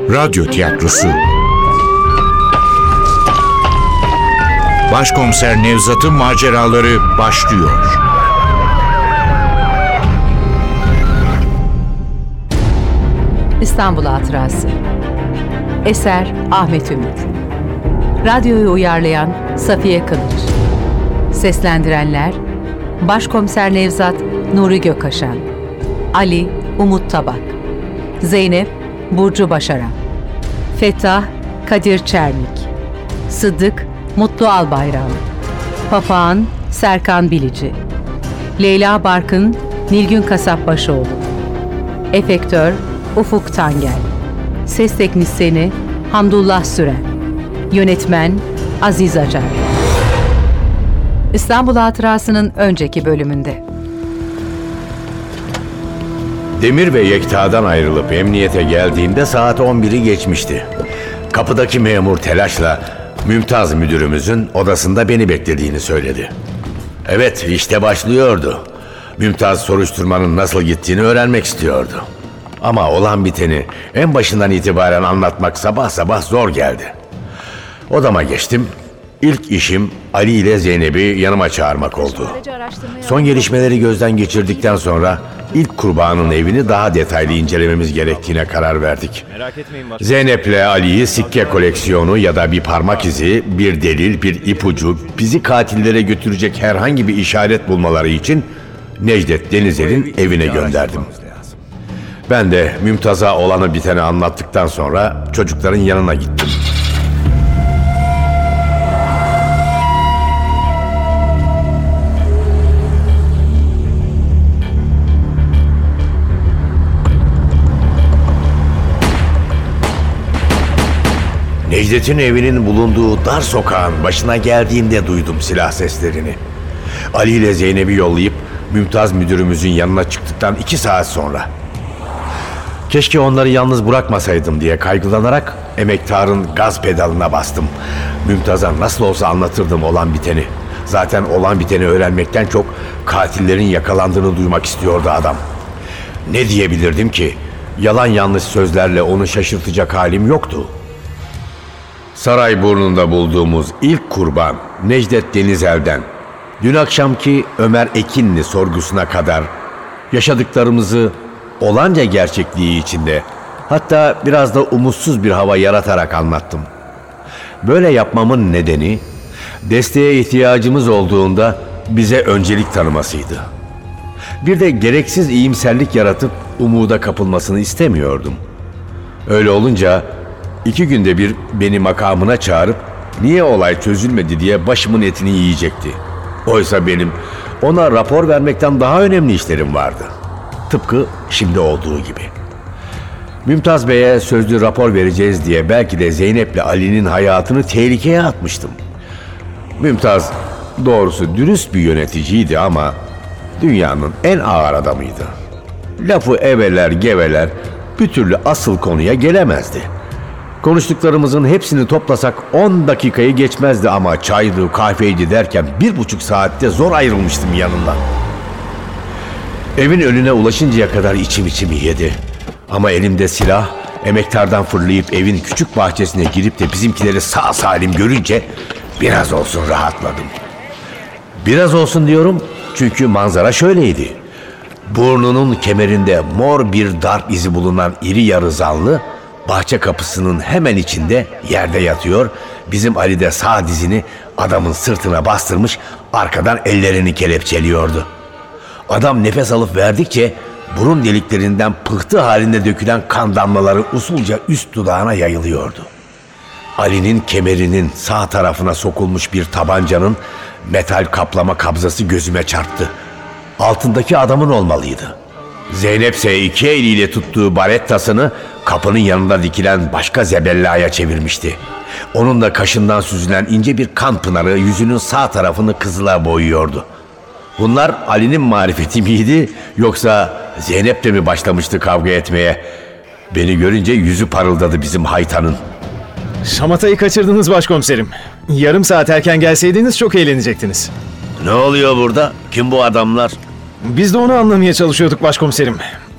Radyo tiyatrosu. Başkomiser Nevzat'ın maceraları başlıyor. İstanbul Hatırası. Eser Ahmet Ümit. Radyoyu uyarlayan Safiye Kılıç. Seslendirenler Başkomiser Nevzat Nuri Gökaşan, Ali Umut Tabak, Zeynep Burcu Başaran, Fettah Kadir Çermik, Sıddık Mutlu Albayram, Papağan Serkan Bilici, Leyla Barkın Nilgün Kasapbaşıoğlu, Efektör Ufuk Tangel, Ses Teknisyeni Hamdullah Süren, Yönetmen Aziz Acar. İstanbul Hatırası'nın önceki bölümünde. Demir ve Yekta'dan ayrılıp emniyete geldiğimde saat 11'i geçmişti. Kapıdaki memur telaşla Mümtaz müdürümüzün odasında beni beklediğini söyledi. Evet, işte başlıyordu. Mümtaz soruşturmanın nasıl gittiğini öğrenmek istiyordu. Ama olan biteni en başından itibaren anlatmak sabah sabah zor geldi. Odama geçtim. İlk işim Ali ile Zeynep'i yanıma çağırmak oldu. Son gelişmeleri gözden geçirdikten sonra ilk kurbanın evini daha detaylı incelememiz gerektiğine karar verdik. Zeynep'le Ali'yi sikke koleksiyonu ya da bir parmak izi, bir delil, bir ipucu, bizi katillere götürecek herhangi bir işaret bulmaları için Necdet Denizer'in evine gönderdim. Ben de Mümtaz'a olanı biteni anlattıktan sonra çocukların yanına gittim. Necdet'in evinin bulunduğu dar sokağın başına geldiğimde duydum silah seslerini. Ali ile Zeynep'i yollayıp Mümtaz müdürümüzün yanına çıktıktan 2 saat sonra. Keşke onları yalnız bırakmasaydım diye kaygılanarak emektarın gaz pedalına bastım. Mümtaz'a nasıl olsa anlatırdım olan biteni. Zaten olan biteni öğrenmekten çok katillerin yakalandığını duymak istiyordu adam. Ne diyebilirdim ki? Yalan yanlış sözlerle onu şaşırtacak halim yoktu. Sarayburnu'nda bulduğumuz ilk kurban Necdet Denizel'den dün akşamki Ömer Ekinli sorgusuna kadar yaşadıklarımızı olanca gerçekliği içinde, hatta biraz da umutsuz bir hava yaratarak anlattım. Böyle yapmamın nedeni desteğe ihtiyacımız olduğunda bize öncelik tanımasıydı. Bir de gereksiz iyimserlik yaratıp umuda kapılmasını istemiyordum. Öyle olunca 2 günde bir beni makamına çağırıp niye olay çözülmedi diye başımın etini yiyecekti. Oysa benim ona rapor vermekten daha önemli işlerim vardı. Tıpkı şimdi olduğu gibi. Mümtaz Bey'e sözlü rapor vereceğiz diye belki de Zeynep'le Ali'nin hayatını tehlikeye atmıştım. Mümtaz doğrusu dürüst bir yöneticiydi ama dünyanın en ağır adamıydı. Lafı eveler geveler bir türlü asıl konuya gelemezdi. Konuştuklarımızın hepsini toplasak 10 dakikayı geçmezdi ama çaydı, kahveydi derken 1,5 saatte zor ayrılmıştım yanından. Evin önüne ulaşıncaya kadar içim yedi. Ama elimde silah, emektardan fırlayıp evin küçük bahçesine girip de bizimkileri sağ salim görünce biraz olsun rahatladım. Biraz olsun diyorum çünkü manzara şöyleydi. Burnunun kemerinde mor bir darp izi bulunan iri yarı zanlı bahçe kapısının hemen içinde yerde yatıyor. Bizim Ali de sağ dizini adamın sırtına bastırmış, arkadan ellerini kelepçeliyordu. Adam nefes alıp verdikçe burun deliklerinden pıhtı halinde dökülen kan damlaları usulca üst dudağına yayılıyordu. Ali'nin kemerinin sağ tarafına sokulmuş bir tabancanın metal kaplama kabzası gözüme çarptı. Altındaki adamın olmalıydı. Zeynep ise 2 eliyle tuttuğu barettasını kapının yanında dikilen başka zebellaya çevirmişti. Onun da kaşından süzülen ince bir kan pınarı yüzünün sağ tarafını kızıla boyuyordu. Bunlar Ali'nin marifeti miydi yoksa Zeynep de mi başlamıştı kavga etmeye? Beni görünce yüzü parıldadı bizim haytanın. Şamatayı kaçırdınız başkomiserim. Yarım saat erken gelseydiniz çok eğlenecektiniz. Ne oluyor burada? Kim bu adamlar? Biz de onu anlamaya çalışıyorduk başkomiserim.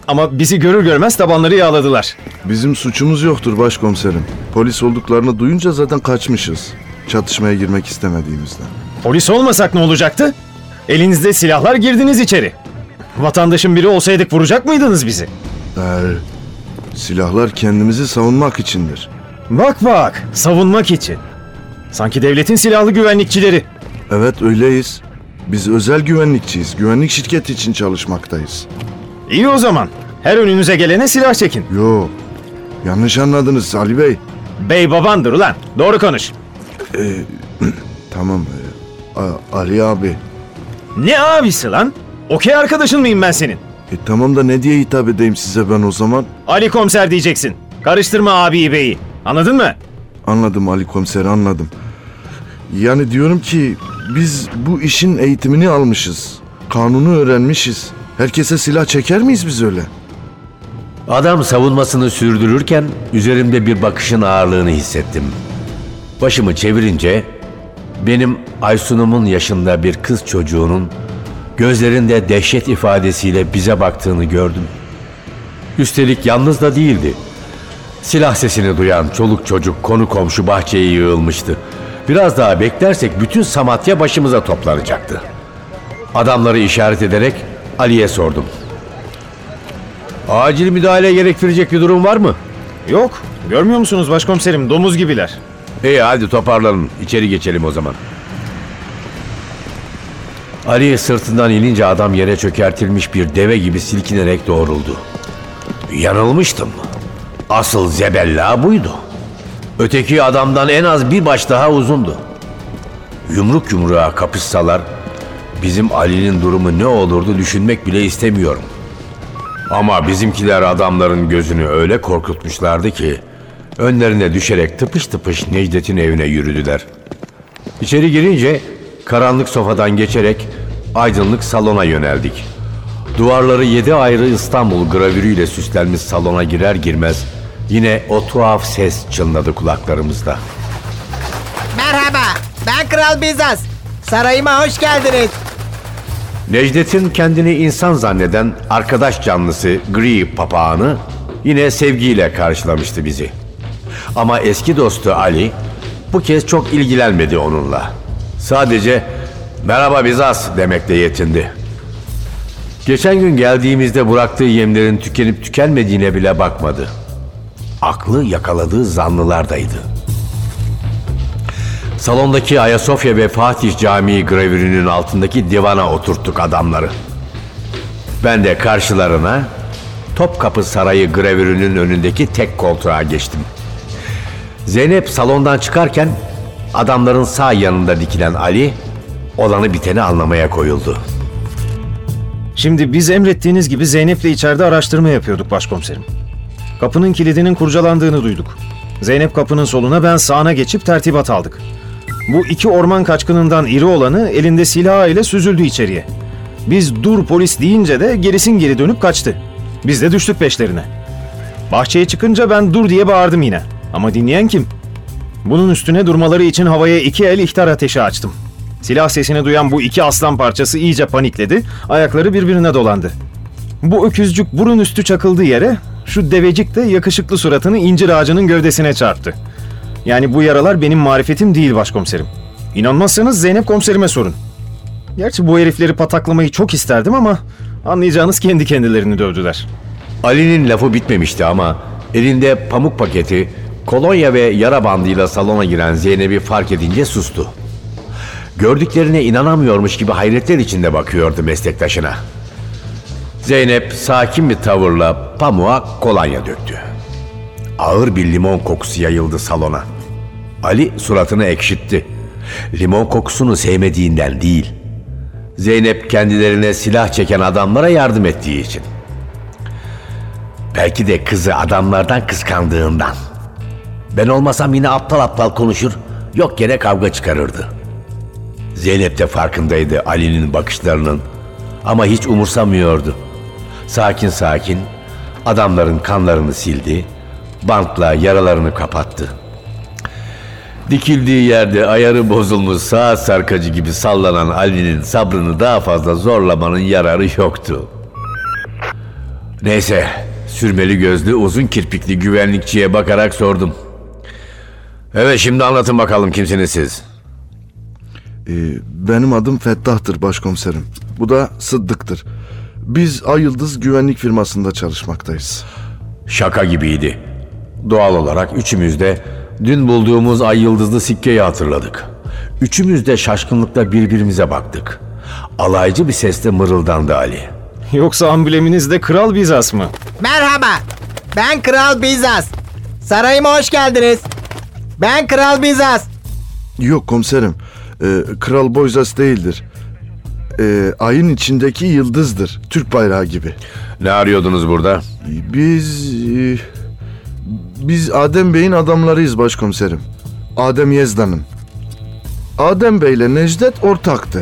Ama bizi görür görmez tabanları yağladılar. Bizim suçumuz yoktur başkomiserim. Polis olduklarını duyunca zaten kaçmışız. Çatışmaya girmek istemediğimizden. Polis olmasak ne olacaktı? Elinizde silahlar, girdiniz içeri. Vatandaşın biri olsaydık vuracak mıydınız bizi? Silahlar kendimizi savunmak içindir. Bak, savunmak için. Sanki devletin silahlı güvenlikçileri. Evet öyleyiz. Biz özel güvenlikçiyiz. Güvenlik şirketi için çalışmaktayız. İyi o zaman. Her önünüze gelene silah çekin. Yo, yanlış anladınız Ali Bey. Bey babandır ulan. Doğru konuş. Tamam. Ali abi. Ne abisi lan? Okey arkadaşın mıyım ben senin? Tamam da ne diye hitap edeyim size ben o zaman? Ali komiser diyeceksin. Karıştırma abiyi beyi. Anladın mı? Anladım Ali komiser, anladım. Yani diyorum ki biz bu işin eğitimini almışız. Kanunu öğrenmişiz. Herkese silah çeker miyiz biz öyle? Adam savunmasını sürdürürken üzerimde bir bakışın ağırlığını hissettim. Başımı çevirince benim Aysun'umun yaşında bir kız çocuğunun gözlerinde dehşet ifadesiyle bize baktığını gördüm. Üstelik yalnız da değildi. Silah sesini duyan çoluk çocuk konu komşu bahçeye yığılmıştı. Biraz daha beklersek bütün Samatya başımıza toplanacaktı. Adamları işaret ederek Ali'ye sordum. Acil müdahale gerektirecek bir durum var mı? Yok. Görmüyor musunuz başkomiserim? Domuz gibiler. İyi hadi toparlanın. İçeri geçelim o zaman. Ali sırtından inince adam yere çökertilmiş bir deve gibi silkinerek doğruldu. Yanılmıştım. Asıl zebella buydu. Öteki adamdan en az bir baş daha uzundu. Yumruk yumruğa kapışsalar bizim Ali'nin durumu ne olurdu düşünmek bile istemiyorum. Ama bizimkiler adamların gözünü öyle korkutmuşlardı ki önlerine düşerek tıpış tıpış Necdet'in evine yürüdüler. İçeri girince karanlık sofadan geçerek aydınlık salona yöneldik. Duvarları 7 ayrı İstanbul gravürüyle süslenmiş salona girer girmez yine o tuhaf ses çınladı kulaklarımızda. Merhaba, ben Kral Bizas. Sarayıma hoş geldiniz. Necdet'in kendini insan zanneden arkadaş canlısı gri papağanı yine sevgiyle karşılamıştı bizi. Ama eski dostu Ali bu kez çok ilgilenmedi onunla. Sadece merhaba Bizas demekle yetindi. Geçen gün geldiğimizde bıraktığı yemlerin tükenip tükenmediğine bile bakmadı. Aklı yakaladığı zanlılardaydı. Salondaki Ayasofya ve Fatih Camii gravürünün altındaki divana oturttuk adamları. Ben de karşılarına Topkapı Sarayı gravürünün önündeki tek koltuğa geçtim. Zeynep salondan çıkarken adamların sağ yanında dikilen Ali olanı biteni anlamaya koyuldu. Şimdi biz emrettiğiniz gibi Zeynep'le içeride araştırma yapıyorduk başkomiserim. Kapının kilidinin kurcalandığını duyduk. Zeynep kapının soluna, ben sağına geçip tertibat aldık. Bu iki orman kaçkınından iri olanı elinde silah ile süzüldü içeriye. Biz dur polis deyince de gerisin geri dönüp kaçtı. Biz de düştük peşlerine. Bahçeye çıkınca ben dur diye bağırdım yine. Ama dinleyen kim? Bunun üstüne durmaları için havaya 2 el ihtar ateşi açtım. Silah sesini duyan bu iki aslan parçası iyice panikledi, ayakları birbirine dolandı. Bu öküzcük burun üstü çakıldığı yere, şu devecik de yakışıklı suratını incir ağacının gövdesine çarptı. Yani bu yaralar benim marifetim değil başkomiserim. İnanmazsanız Zeynep komiserime sorun. Gerçi bu herifleri pataklamayı çok isterdim ama anlayacağınız kendi kendilerini dövdüler. Ali'nin lafı bitmemişti ama elinde pamuk paketi, kolonya ve yara bandıyla salona giren Zeynep'i fark edince sustu. Gördüklerine inanamıyormuş gibi hayretler içinde bakıyordu meslektaşına. Zeynep sakin bir tavırla pamuğa kolonya döktü. Ağır bir limon kokusu yayıldı salona. Ali suratını ekşitti. Limon kokusunu sevmediğinden değil, Zeynep kendilerine silah çeken adamlara yardım ettiği için. Belki de kızı adamlardan kıskandığından. Ben olmasam yine aptal aptal konuşur, yok yere kavga çıkarırdı. Zeynep de farkındaydı Ali'nin bakışlarının ama hiç umursamıyordu. Sakin sakin adamların kanlarını sildi, bantla yaralarını kapattı. Dikildiği yerde ayarı bozulmuş saat sarkacı gibi sallanan Ali'nin sabrını daha fazla zorlamanın yararı yoktu. Neyse, sürmeli gözlü uzun kirpikli güvenlikçiye bakarak sordum. Evet, şimdi anlatın bakalım, kimsiniz siz? Benim adım Fettah'tır başkomiserim. Bu da Sıddık'tır. Biz Ay Yıldız güvenlik firmasında çalışmaktayız. Şaka gibiydi. Doğal olarak üçümüz de dün bulduğumuz ay yıldızlı sikkeyi hatırladık. Üçümüz de şaşkınlıkla birbirimize baktık. Alaycı bir sesle mırıldandı Ali. Yoksa ambleminiz de Kral Bizas mı? Merhaba. Ben Kral Bizas. Sarayıma hoş geldiniz. Ben Kral Bizas. Yok komiserim. Kral Boyzas değildir. Ayın içindeki yıldızdır. Türk bayrağı gibi. Ne arıyordunuz burada? Biz Adem Bey'in adamlarıyız başkomiserim. Adem Yezdan'ın. Adem Bey'le Necdet ortaktı.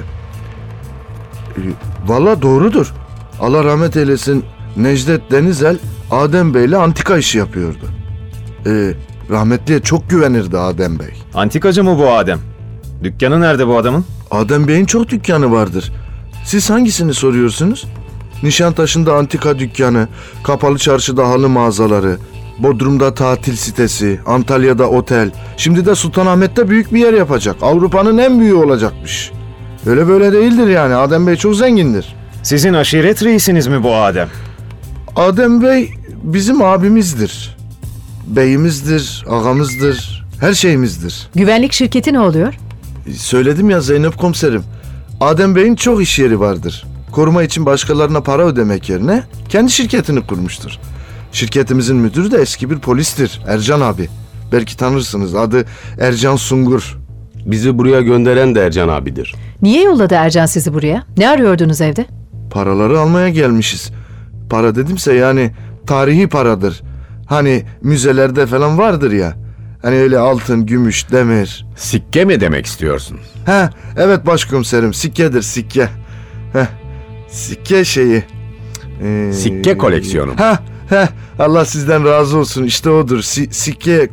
Valla doğrudur. Allah rahmet eylesin, Necdet Denizel Adem Bey'le antika işi yapıyordu. Rahmetliye çok güvenirdi Adem Bey. Antikacı mı bu Adem? Dükkanı nerede bu adamın? Adem Bey'in çok dükkanı vardır. Siz hangisini soruyorsunuz? Nişantaşı'nda antika dükkanı, Kapalı Çarşı'da halı mağazaları, Bodrum'da tatil sitesi, Antalya'da otel, şimdi de Sultanahmet'te büyük bir yer yapacak. Avrupa'nın en büyüğü olacakmış. Öyle böyle değildir yani. Adem Bey çok zengindir. Sizin aşiret reisiniz mi bu Adem? Adem Bey bizim abimizdir. Beyimizdir, ağamızdır, her şeyimizdir. Güvenlik şirketi ne oluyor? Söyledim ya Zeynep komiserim. Adem Bey'in çok iş yeri vardır. Koruma için başkalarına para ödemek yerine kendi şirketini kurmuştur. Şirketimizin müdürü de eski bir polistir, Ercan abi. Belki tanırsınız, adı Ercan Sungur. Bizi buraya gönderen de Ercan abidir. Niye yolladı Ercan sizi buraya? Ne arıyordunuz evde? Paraları almaya gelmişiz. Para dedimse yani tarihi paradır. Hani müzelerde falan vardır ya. Hani öyle altın, gümüş, demir. Sikke mi demek istiyorsun? Evet başkomiserim, sikkedir sikke. Sikke şeyi. Sikke koleksiyonu. Allah sizden razı olsun, işte odur. Sikke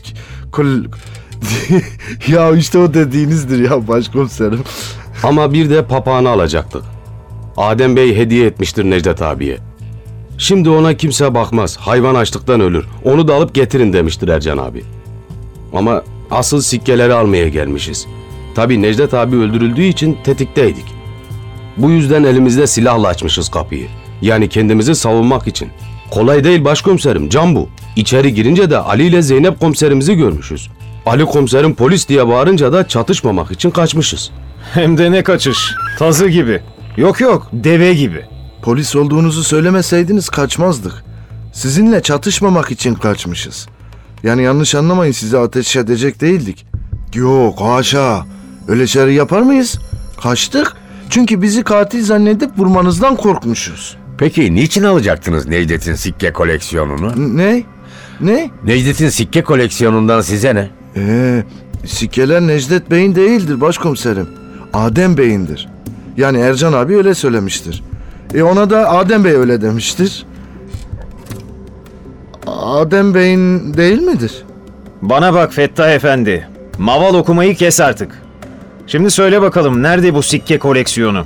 ya işte o dediğinizdir ya başkomiserim. Ama bir de papağanı alacaktık. Adem Bey hediye etmiştir Necdet abiye. Şimdi ona kimse bakmaz, hayvan açlıktan ölür. Onu da alıp getirin demiştir Ercan abi. Ama asıl sikkeleri almaya gelmişiz. Tabii Necdet abi öldürüldüğü için tetikteydik. Bu yüzden elimizde silahla açmışız kapıyı. Yani kendimizi savunmak için. Kolay değil başkomiserim, can bu. İçeri girince de Ali ile Zeynep komiserimizi görmüşüz. Ali komiserim polis diye bağırınca da çatışmamak için kaçmışız. Hem de ne kaçış. Tazı gibi. Yok, deve gibi. Polis olduğunuzu söylemeseydiniz kaçmazdık. Sizinle çatışmamak için kaçmışız. Yani yanlış anlamayın, size ateş edecek değildik. Yok haşa. Öyle şeyler yapar mıyız? Kaçtık. Çünkü bizi katil zannedip vurmanızdan korkmuşuz. Peki niçin alacaktınız Necdet'in sikke koleksiyonunu? Ne? Necdet'in sikke koleksiyonundan size ne? Sikkeler Necdet Bey'in değildir başkomiserim. Adem Bey'indir. Yani Ercan abi öyle söylemiştir. Ona da Adem Bey öyle demiştir. Adem Bey'in değil midir? Bana bak Fettah Efendi. Maval okumayı kes artık. Şimdi söyle bakalım, nerede bu sikke koleksiyonu?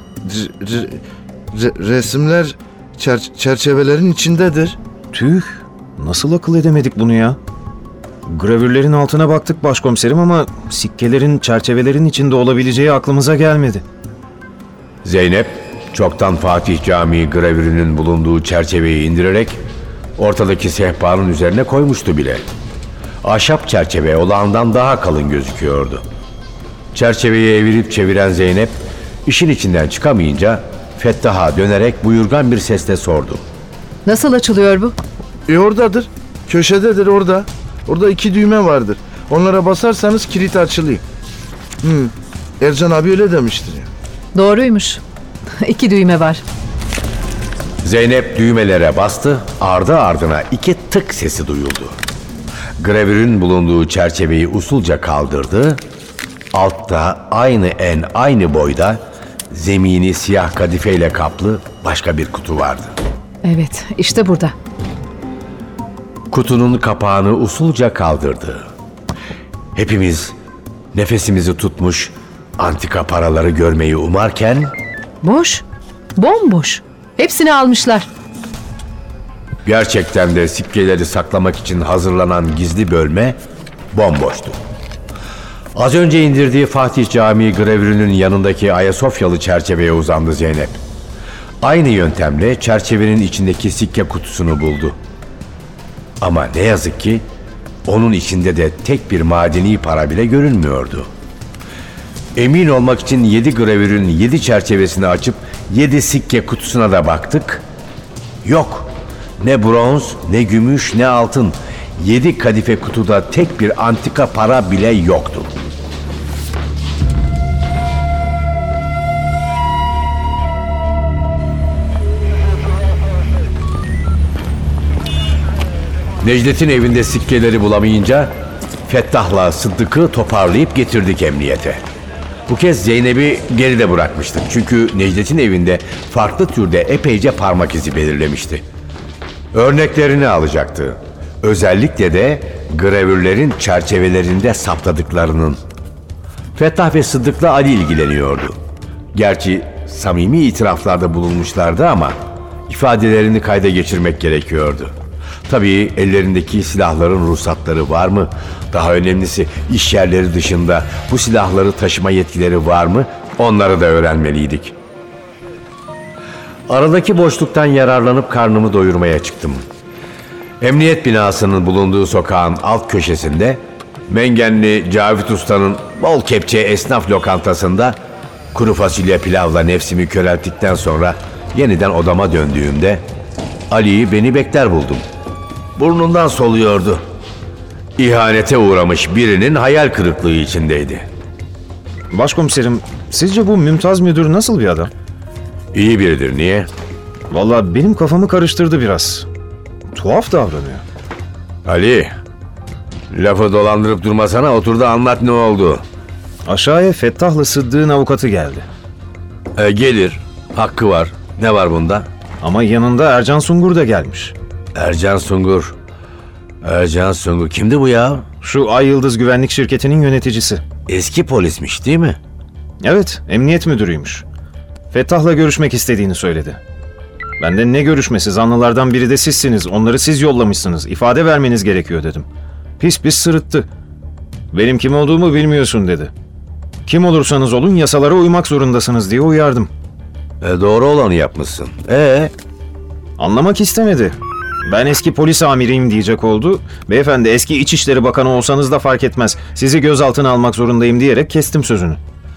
Resimler çerçevelerin içindedir. Tüh, nasıl akıl edemedik bunu ya? Gravürlerin altına baktık başkomiserim ama sikkelerin çerçevelerin içinde olabileceği aklımıza gelmedi. Zeynep çoktan Fatih Camii gravürünün bulunduğu çerçeveyi indirerek ortadaki sehpanın üzerine koymuştu bile. Ahşap çerçeve olağandan daha kalın gözüküyordu. Çerçeveyi evirip çeviren Zeynep işin içinden çıkamayınca Fettah'a dönerek buyurgan bir sesle sordu. Nasıl açılıyor bu? Oradadır. Köşededir orada. Orada 2 düğme vardır. Onlara basarsanız kilit açılıyor. Ercan abi öyle demiştir ya. Doğruymuş. 2 düğme var. Zeynep düğmelere bastı, ardı ardına 2 tık sesi duyuldu. Gravürün bulunduğu çerçeveyi usulca kaldırdı. Altta aynı boyda zemini siyah kadifeyle kaplı başka bir kutu vardı. Evet, işte burada. Kutunun kapağını usulca kaldırdı. Hepimiz nefesimizi tutmuş antika paraları görmeyi umarken Boş. Bomboş. Hepsini almışlar. Gerçekten de sikkeleri saklamak için hazırlanan gizli bölme bomboştu. Az önce indirdiği Fatih Camii gravürünün yanındaki Ayasofyalı çerçeveye uzandı Zeynep. Aynı yöntemle çerçevenin içindeki sikke kutusunu buldu. Ama ne yazık ki onun içinde de tek bir madeni para bile görünmüyordu. Emin olmak için 7 gravürün 7 çerçevesini açıp 7 sikke kutusuna da baktık. Yok. Ne bronz, ne gümüş, ne altın. 7 kadife kutuda tek bir antika para bile yoktu. Necdet'in evinde sikkeleri bulamayınca Fettah'la Sıddık'ı toparlayıp getirdik emniyete. Bu kez Zeynep'i geride bırakmıştık. Çünkü Necdet'in evinde farklı türde epeyce parmak izi belirlemişti. Örneklerini alacaktı. Özellikle de gravürlerin çerçevelerinde saptadıklarının. Fettah ve Sıddık'la Ali ilgileniyordu. Gerçi samimi itiraflarda bulunmuşlardı ama ifadelerini kayda geçirmek gerekiyordu. Tabii ellerindeki silahların ruhsatları var mı? Daha önemlisi iş yerleri dışında bu silahları taşıma yetkileri var mı? Onları da öğrenmeliydik. Aradaki boşluktan yararlanıp karnımı doyurmaya çıktım. Emniyet binasının bulunduğu sokağın alt köşesinde Mengenli Cavit Usta'nın bol kepçe esnaf lokantasında kuru fasulye pilavla nefsimi körelttikten sonra yeniden odama döndüğümde Ali'yi beni bekler buldum. Burnundan soluyordu. İhanete uğramış birinin hayal kırıklığı içindeydi. Başkomiserim, sizce bu Mümtaz müdür nasıl bir adam? İyi biridir, niye? Vallahi benim kafamı karıştırdı biraz. Tuhaf davranıyor. Ali, lafı dolandırıp durmasana, otur da anlat ne oldu. Aşağıya Fettah'la Sıddık'ın avukatı geldi. Gelir, hakkı var. Ne var bunda? Ama yanında Ercan Sungur da gelmiş. Ercan Sungur. Ercan Sungur kimdi bu ya? Şu Ay Yıldız Güvenlik Şirketi'nin yöneticisi. Eski polismiş değil mi? Evet, emniyet müdürüymüş. Fettah'la görüşmek istediğini söyledi. Ben de ne görüşmesi, zanlılardan biri de sizsiniz, onları siz yollamışsınız, ifade vermeniz gerekiyor dedim. Pis pis sırıttı. Benim kim olduğumu bilmiyorsun dedi. Kim olursanız olun yasalara uymak zorundasınız diye uyardım. Doğru olanı yapmışsın. Anlamak istemedi. Ben eski polis amiriyim diyecek oldu. Beyefendi eski İçişleri Bakanı olsanız da fark etmez. Sizi gözaltına almak zorundayım diyerek kestim sözünü.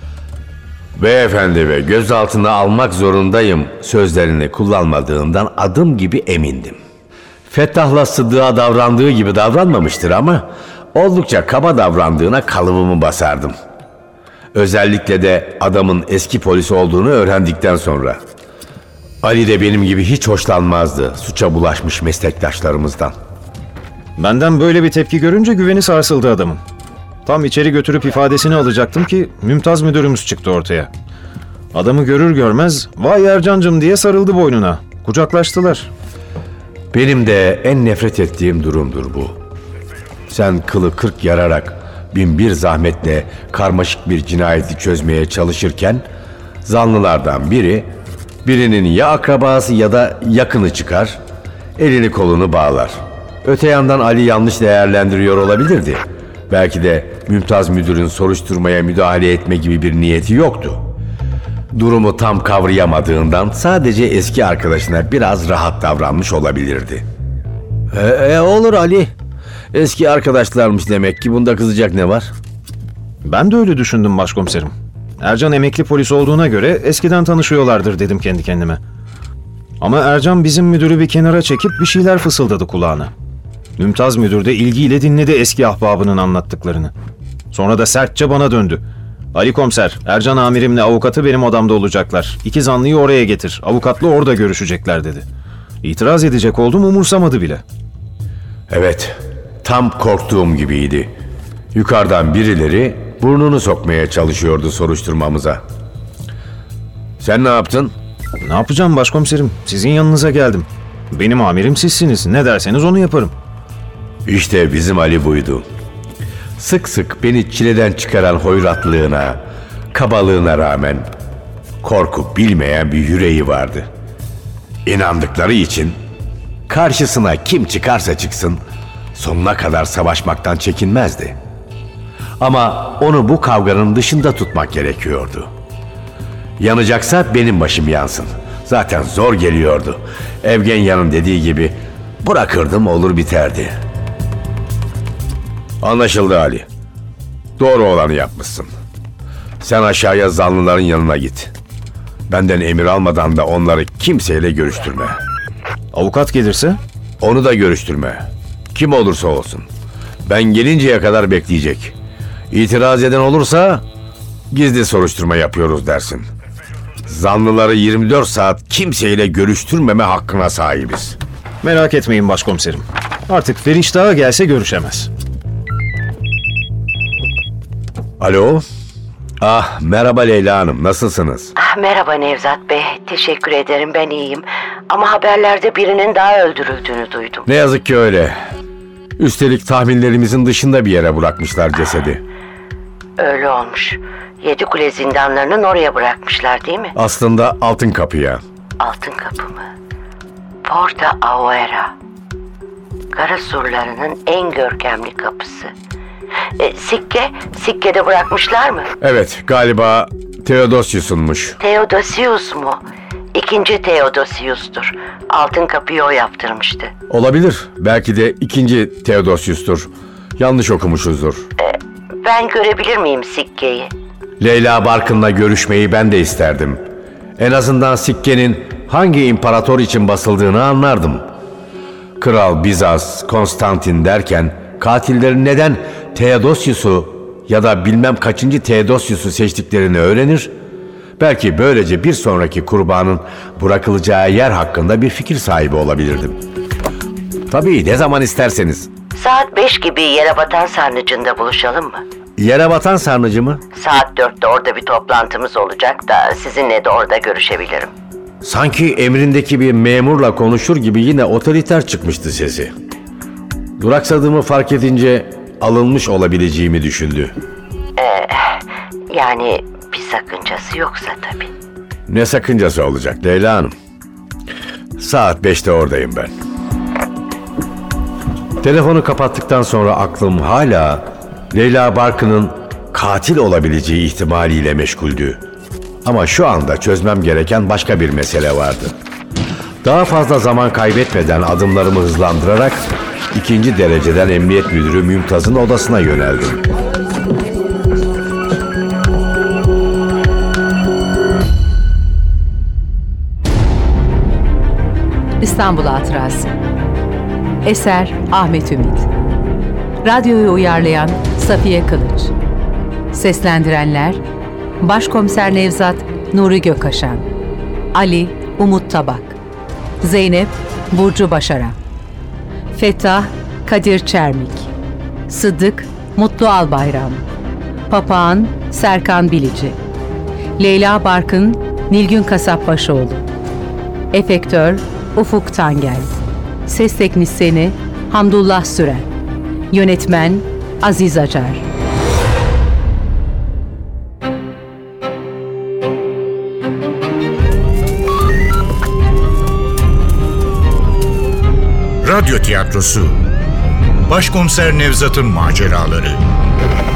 Beyefendi ve gözaltına almak zorundayım sözlerini kullanmadığından adım gibi emindim. Fettah'la Sıddık'a davrandığı gibi davranmamıştır ama oldukça kaba davrandığına kalıbımı basardım. Özellikle de adamın eski polis olduğunu öğrendikten sonra. Ali de benim gibi hiç hoşlanmazdı suça bulaşmış meslektaşlarımızdan. Benden böyle bir tepki görünce güveni sarsıldı adamın. Tam içeri götürüp ifadesini alacaktım ki Mümtaz müdürümüz çıktı ortaya. Adamı görür görmez "Vay Ercancım" diye sarıldı boynuna. Kucaklaştılar. Benim de en nefret ettiğim durumdur bu. Sen kılı kırk yararak binbir zahmetle karmaşık bir cinayeti çözmeye çalışırken zanlılardan birinin ya akrabası ya da yakını çıkar, elini kolunu bağlar. Öte yandan Ali yanlış değerlendiriyor olabilirdi. Belki de Mümtaz müdürün soruşturmaya müdahale etme gibi bir niyeti yoktu. Durumu tam kavrayamadığından sadece eski arkadaşına biraz rahat davranmış olabilirdi. Olur Ali. Eski arkadaşlarmış demek ki, bunda kızacak ne var? Ben de öyle düşündüm başkomiserim. Ercan emekli polis olduğuna göre eskiden tanışıyorlardır dedim kendi kendime. Ama Ercan bizim müdürü bir kenara çekip bir şeyler fısıldadı kulağına. Mümtaz müdür de ilgiyle dinledi eski ahbabının anlattıklarını. Sonra da sertçe bana döndü. Ali komiser, Ercan amirimle avukatı benim odamda olacaklar. 2 zanlıyı oraya getir, avukatla orada görüşecekler dedi. İtiraz edecek oldum, umursamadı bile. Evet, tam korktuğum gibiydi. Yukarıdan birileri burnunu sokmaya çalışıyordu soruşturmamıza. Sen ne yaptın? Ne yapacağım başkomiserim? Sizin yanınıza geldim. Benim amirim sizsiniz. Ne derseniz onu yaparım. İşte bizim Ali buydu. Sık sık beni çileden çıkaran hoyratlığına, kabalığına rağmen korku bilmeyen bir yüreği vardı. İnandıkları için karşısına kim çıkarsa çıksın sonuna kadar savaşmaktan çekinmezdi. Ama onu bu kavganın dışında tutmak gerekiyordu. Yanacaksa benim başım yansın. Zaten zor geliyordu. Evgenya'nın dediği gibi bırakırdım olur biterdi. Anlaşıldı Ali. Doğru olanı yapmışsın. Sen aşağıya zanlıların yanına git. Benden emir almadan da onları kimseyle görüştürme. Avukat gelirse? Onu da görüştürme. Kim olursa olsun. Ben gelinceye kadar bekleyecek. İtiraz eden olursa gizli soruşturma yapıyoruz dersin. Zanlıları 24 saat kimseyle görüştürmeme hakkına sahibiz. Merak etmeyin başkomiserim. Artık Feriş Dağı gelse görüşemez. Alo? Ah merhaba Leyla Hanım, nasılsınız? Merhaba Nevzat Bey, teşekkür ederim, ben iyiyim. Ama haberlerde birinin daha öldürüldüğünü duydum. Ne yazık ki öyle. Üstelik tahminlerimizin dışında bir yere bırakmışlar cesedi. Öyle olmuş. Yedikule zindanlarının oraya bırakmışlar değil mi? Aslında Altın Kapı'ya. Altın Kapı mı? Porta Aguera. Kara surlarının en görkemli kapısı. Sikke'de bırakmışlar mı? Evet, galiba Theodosius'unmuş. Theodosius mu? İkinci Theodosius'tur. Altın Kapı'yı o yaptırmıştı. Olabilir. Belki de ikinci Theodosius'tur. Yanlış okumuşuzdur. Ben görebilir miyim Sikke'yi? Leyla Barkın'la görüşmeyi ben de isterdim. En azından sikkenin hangi imparator için basıldığını anlardım. Kral Bizas, Konstantin derken katillerin neden Theodosius'u ya da bilmem kaçıncı Theodosius'u seçtiklerini öğrenir. Belki böylece bir sonraki kurbanın bırakılacağı yer hakkında bir fikir sahibi olabilirdim. Tabii ne zaman isterseniz. Saat 5 gibi Yerebatan Sarnıcı'nda buluşalım mı? Yerebatan Sarnıcı mı? Saat 4'te orada bir toplantımız olacak da sizinle de orada görüşebilirim. Sanki emrindeki bir memurla konuşur gibi yine otoriter çıkmıştı sesi. Duraksadığımı fark edince alınmış olabileceğimi düşündü. Yani bir sakıncası yoksa tabii. Ne sakıncası olacak Leyla Hanım? Saat 5'te oradayım ben. Telefonu kapattıktan sonra aklım hala Leyla Barkın'ın katil olabileceği ihtimaliyle meşguldü. Ama şu anda çözmem gereken başka bir mesele vardı. Daha fazla zaman kaybetmeden adımlarımı hızlandırarak 2. dereceden Emniyet Müdürü Mümtaz'ın odasına yöneldim. İstanbul Hatırası. Eser Ahmet Ümit. Radyoyu uyarlayan Safiye Kılıç. Seslendirenler Başkomiser Nevzat Nuri Gökaşan, Ali Umut Tabak, Zeynep Burcu Başaran, Fettah Kadir Çermik, Sıddık Mutlu Albayram, Papağan Serkan Bilici, Leyla Barkın Nilgün Kasapbaşoğlu, Efektör Ufuk Tangel, Ses Teknisyeni Hamdullah Süren, Yönetmen Aziz Acar. Radyo tiyatrosu Başkomiser Nevzat'ın maceraları.